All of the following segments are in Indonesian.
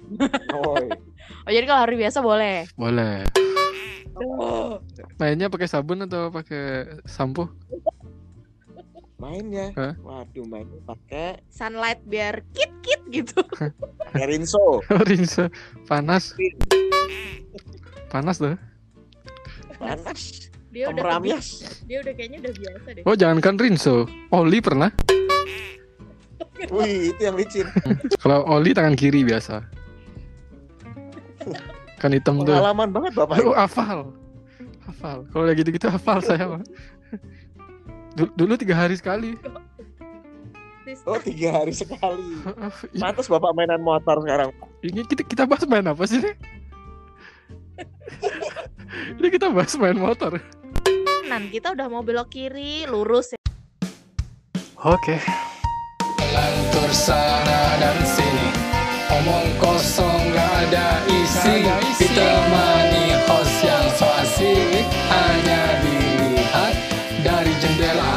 Oh, Oh jadi kalau hari biasa boleh. Boleh. Oh. Mainnya pakai sabun atau pakai sampo? mainnya. Hah? Waduh, mainnya pakai Sunlight biar kit gitu. Rinso. Rinso. Panas tuh. Panas. Dia udah Pemeramies. dia udah kayaknya udah biasa deh. Oh jangankan Rinso, Oli pernah. Wih, itu yang licin. Kalau Oli tangan kiri biasa. Kan hitam tuh. Pengalaman banget Bapak. Oh, hafal. Kalau lagi gitu hafal saya mah. Dulu 3 hari sekali. Oh, 3 hari sekali. Pantas Bapak mainan motor sekarang. Ini kita bahas main apa sih? Ini kita bahas main motor. Kanan kita udah mau belok kiri, lurus ya. Oke. Lantur sana dan sini, omong kosong gak ada isi. Ditemani host yang so asik, hanya dilihat dari jendela.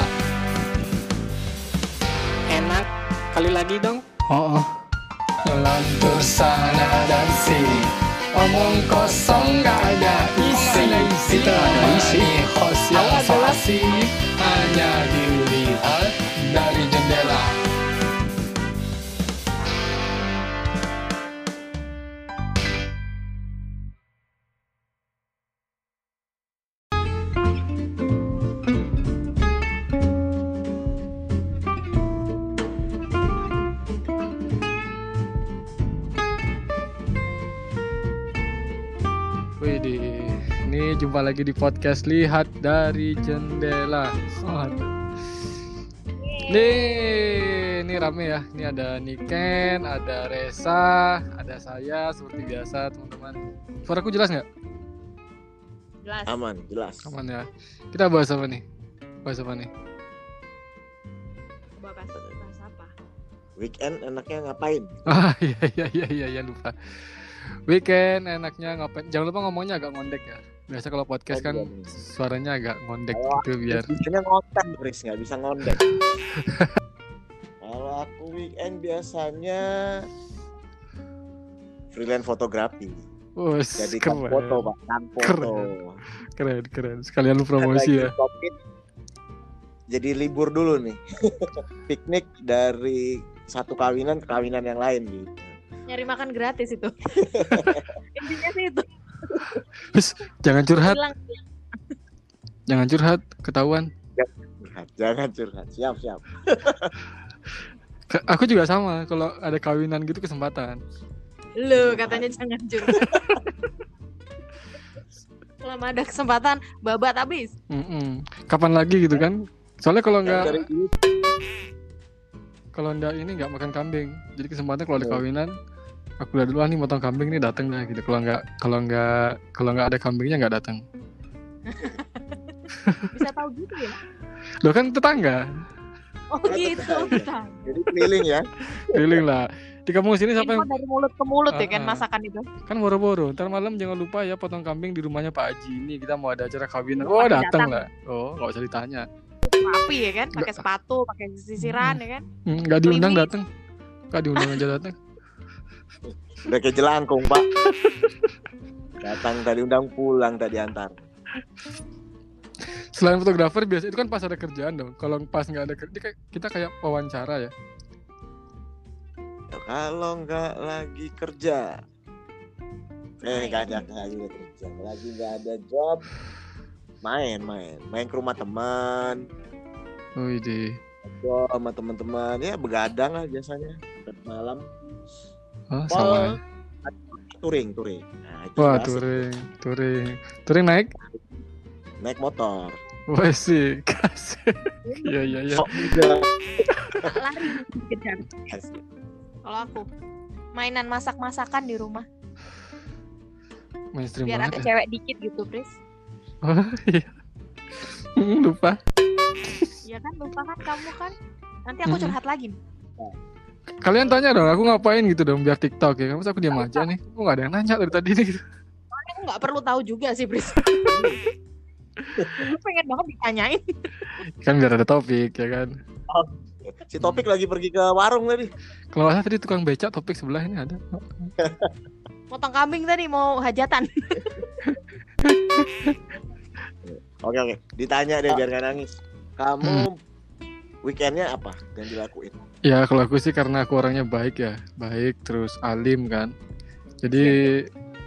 Enak, kali lagi dong. Oh. Lantur sana dan sini, omong kosong gak ada isi. Ditemani host yang so asik, hanya dilihat dari jendela. Widih, ini jumpa lagi di podcast Lihat dari Jendela. Ini rame ya. Ini ada Niken, ada Resa, ada saya seperti biasa teman-teman. Suaraku jelas nggak? Jelas. Aman, jelas. Aman ya. Kita bahas apa nih? Bahas apa? Weekend enaknya ngapain? Ah iya lupa. Weekend enaknya ngapain? Jangan lupa ngomongnya agak ngondek ya. Biasa kalau podcast kan suaranya agak ngondek gitu biar. Biasanya ngontek, Chris, nggak bisa ngondek. Kalau aku weekend biasanya freelance fotografi. Jadi keren. foto, Pak, foto. Keren. Sekalian lu promosi ya. COVID, jadi libur dulu nih. Piknik dari satu kawinan ke kawinan yang lain gitu. Nyari makan gratis itu. Intinya sih itu. Terus jangan curhat. Hilang. Jangan curhat, ketahuan. Jangan curhat. Siap. Aku juga sama, kalau ada kawinan gitu kesempatan. Lu katanya jangan curhat. Kalau ada kesempatan babat habis. Kapan lagi gitu kan? Soalnya kalau nggak ini nggak makan kambing. Jadi kesempatan kalau ada kawinan, aku udah dulu nih motong kambing nih datang lah gitu. Kalau nggak ada kambingnya nggak datang. Bisa tahu gitu ya? Lo kan tetangga. Oh gitu. Jadi keliling ya. Keliling lah. Di kampung sini siapa yang dari mulut ke mulut ya kan masakan itu. Kan boro-boro. Ntar malam jangan lupa ya potong kambing di rumahnya Pak Haji. Ini kita mau ada acara kawinan. Oh datang lah. Oh nggak usah ditanya. Rapi ya kan, pakai sepatu, pakai sisiran ya kan. Nggak diundang datang. Nggak diundang aja datang. Udah kayak jelangkung, Pak. Datang tadi undang, pulang tadi antar. Selain fotografer biasa itu kan pas ada kerjaan dong. Kalau pas nggak ada kerja kita kayak wawancara ya. Kalau nggak lagi kerja, nggak ada kerja, lagi nggak ada job, main ke rumah teman. Oh ide. Sama teman-teman ya begadang lah biasanya malam. Oh, sama. Touring. Nah, wah touring naik motor. Wah sih kasih. Iya. Lari kejar. Kalau aku mainan masakan di rumah. Mainstream biar banget ada cewek dikit gitu, Pris. Oh iya. Lupa. Iya kan, lupa kan kamu kan. Nanti aku curhat lagi. Kalian tanya dong, aku ngapain gitu dong biar TikTok ya. Masa aku diam aja nih. Aku enggak ada yang nanya dari tadi nih gitu. Aku enggak perlu tahu juga sih, Pris. Pengen banget ditanyain. Kan biar ada topik ya kan. Si Topik lagi pergi ke warung tadi. Kalau nggak salah tadi tukang becak Topik sebelah ini ada. Potong kambing tadi mau hajatan. Oke. Ditanya deh biar gak nangis. Kamu weekendnya apa yang dilakuin? Ya kalau aku sih karena aku orangnya baik ya, baik terus alim kan. Jadi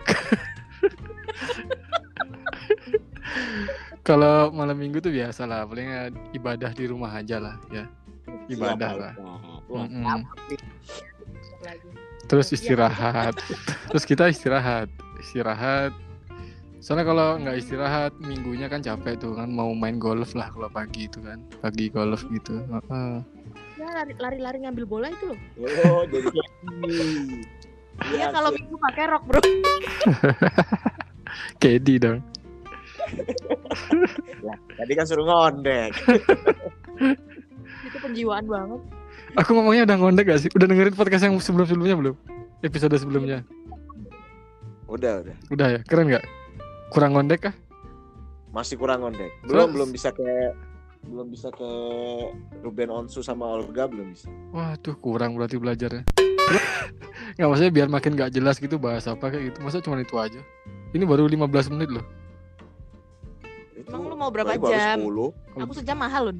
kalau malam minggu tuh biasa lah, paling ibadah di rumah aja lah ya. Ibadah lah. Terus istirahat. Terus kita istirahat. Soalnya kalau nggak istirahat minggunya kan capek tuh kan, mau main golf lah kalau pagi itu kan, pagi golf gitu. Ya lari-lari ngambil bola itu loh. Oh, jadi Iya kalau minggu pakai rok bro. Kedi dong. Ya, tadi kan suruh ngondek. Itu penjiwaan banget. Aku ngomongnya udah ngondek gak sih? Udah dengerin podcast yang sebelum-sebelumnya belum? Episode sebelumnya. Udah. Udah ya? Keren gak? Kurang ngondek kah? Masih kurang ngondek. Belum bisa ke Ruben Onsu sama Olga belum bisa. Waduh, kurang berarti belajarnya. Nggak, maksudnya biar makin gak jelas gitu bahas apa kayak gitu. Masa cuma itu aja? Ini baru 15 menit loh. Emang lu mau berapa baru jam? 10. Aku sejam mahal loh.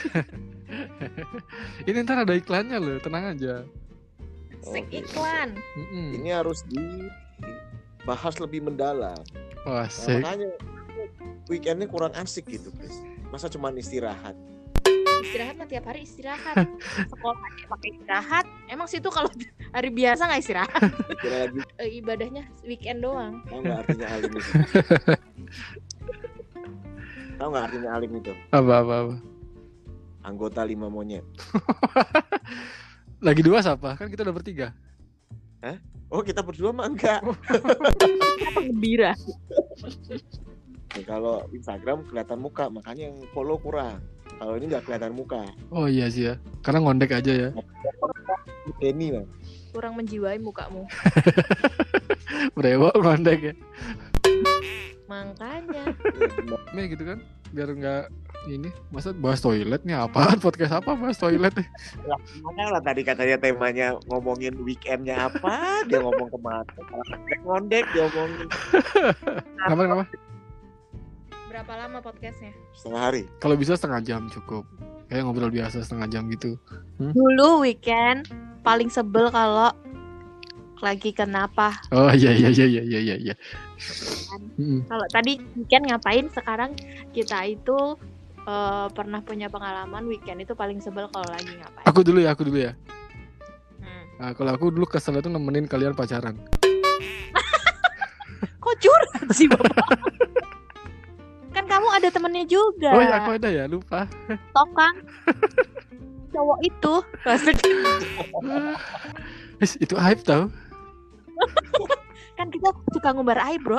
Ini ntar ada iklannya loh, tenang aja. Iklan. Ini harus dibahas lebih mendalam. Wah, makanya weekendnya kurang asik gitu, Chris. Masa cuma istirahat? Istirahat mah tiap hari istirahat. Sekolah pakai istirahat. Emang situ kalau hari biasa nggak istirahat? Lagi. Ibadahnya weekend doang. Tahu nggak artinya alim itu? Tahu nggak artinya alim itu? Apa? Anggota 5 monyet. Lagi 2 siapa? Kan kita udah bertiga. Hah? Oh, kita berdua mah enggak. Apa gembira? Nah, kalau Instagram kelihatan muka, makanya yang follow kurang. Kalau ini nggak kelihatan muka. Oh iya sih ya, karena ngondek aja ya. Ini lah. Kurang menjiwai mukamu. Brewok ngondek ya. Makanya. Nih gitu kan, biar nggak ini. Masa bahas toilet nih apaan? Podcast apa bahas toilet nih? Makanya lah tadi katanya temanya ngomongin weekendnya apa, dia ngomong kemana? Ngondek dia ngomongin. Kenapa? Berapa lama podcastnya? Setengah hari. Kalau bisa setengah jam cukup. Kayak ngobrol biasa setengah jam gitu. Dulu weekend paling sebel kalau lagi kenapa. Oh iya. Kalau tadi weekend ngapain, sekarang kita itu pernah punya pengalaman weekend itu paling sebel kalau lagi ngapain. Aku dulu ya. Nah, kalau aku dulu kesel itu nemenin kalian pacaran. Kok curhat sih Bapak? Kan kamu ada temennya juga. Oh iya, aku ada ya, lupa. Tokang cowok itu. Itu aib tau. Kan kita suka ngumbar aib bro.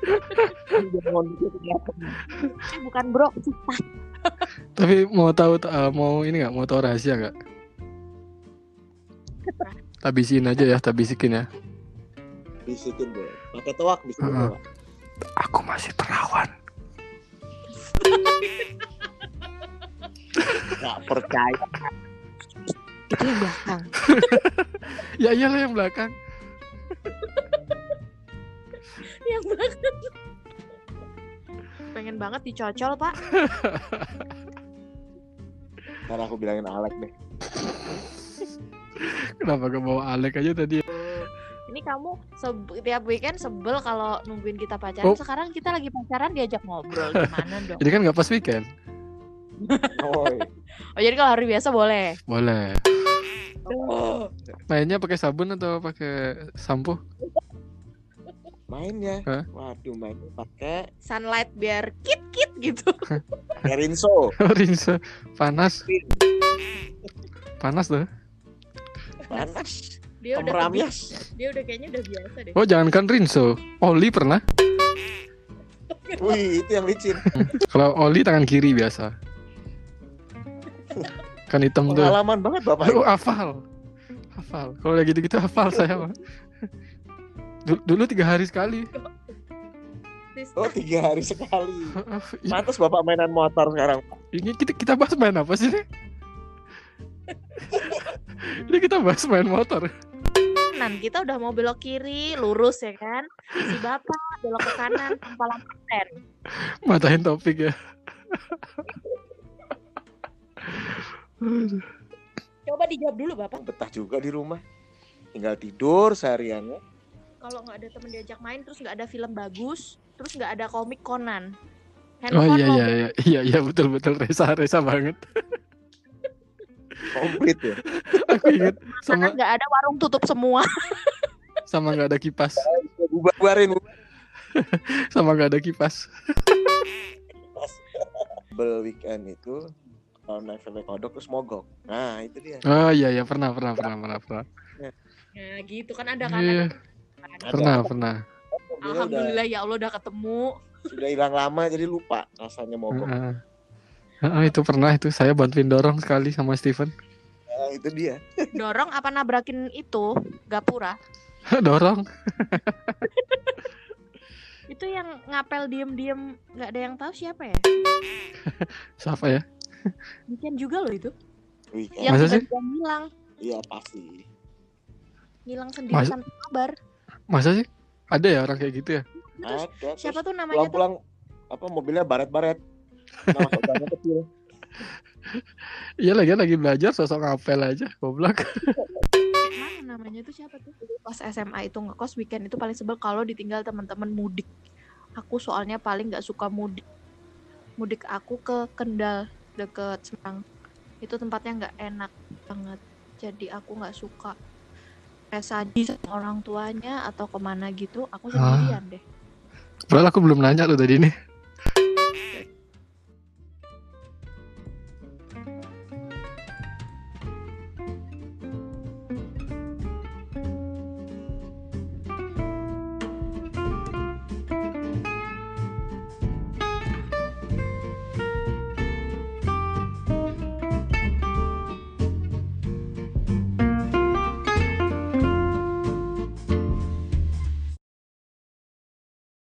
Bukan bro. Tapi mau tahu mau ini nggak, mau tahu rahasia nggak? Tabisin aja ya, tabisikin ya. Bisikin bro. Pakai toak bisikin toak. Aku masih perawan. Gak percaya. Itu yang belakang. Ya iyalah yang belakang. Yang belakang. Pengen banget dicocol pak. Ntar aku bilangin Alek deh. Kenapa gak bawa Alek aja tadi? Ini kamu tiap weekend sebel kalau nungguin kita pacaran. Sekarang kita lagi pacaran diajak ngobrol, gimana dong? Jadi kan gak pas weekend. Oh jadi kalau hari biasa boleh? Boleh. Mainnya pakai sabun atau pakai sampo? Mainnya? Hah? Waduh, mainnya pakai Sunlight biar kit gitu. Rinso. Rinso. Panas tuh. Panas. Dia udah kayaknya udah biasa deh. Oh jangankan Rinso, Oli pernah. Wih, itu yang licin. Kalau Oli tangan kiri biasa. Kan hitam tuh. Pengalaman banget bapak. Oh, hafal. Kalau lagi gitu hafal saya mah. Dulu 3 hari sekali. Oh 3 hari sekali. Pantas bapak mainan motor sekarang. Ini kita bahas main apa sih? Ini kita bahas main motor. Kanan, kita udah mau belok kiri, lurus ya kan. Si bapak belok ke kanan tanpa lampu sen. Matahin topik ya. Coba dijawab dulu bapak. Betah juga di rumah. Tinggal tidur sehariannya. Kalau nggak ada temen diajak main, terus nggak ada film bagus, terus nggak ada komik Conan. Oh Handphone iya mau iya betul Resa banget. Komplit ya. Aku inget karena nggak ada warung tutup semua. sama nggak ada kipas. Bubarin. Sama nggak ada kipas. Weekend itu kalau naik VW Kodok terus mogok. Nah itu dia. Oh iya pernah. Nah gitu kan ada kan. Iya, pernah. Mobilnya Alhamdulillah ya Allah udah ketemu. Sudah hilang lama jadi lupa rasanya mogok. Itu pernah itu saya bantuin dorong sekali sama Steven. Nah, itu dia. Dorong apa nabrakin itu gapura? Dorong. Itu yang ngapel diem-diem nggak ada yang tahu siapa ya? Siapa ya? Weekend juga loh itu. Weekend. Yang Masa sih? tiba-tiba ngilang, Iya pasti. ngilang sendiri Masa- tanpa kabar. Masa sih? Ada ya orang kayak gitu ya? Terus Ada. siapa Terus tuh namanya tuh? pulang-pulang apa mobilnya baret-baret. Nah, masuk gang kecil. Iya lagi belajar sosok ngapel aja, goblok. Mana namanya tuh siapa tuh? Pas SMA itu ngekos weekend itu paling sebel kalau ditinggal teman-teman mudik. Aku soalnya paling nggak suka mudik. Mudik aku ke Kendal deket Semarang. Itu tempatnya nggak enak banget. Jadi aku nggak suka. Saji sama orang tuanya atau kemana gitu, aku sendirian deh. Padahal aku belum nanya tuh tadi nih.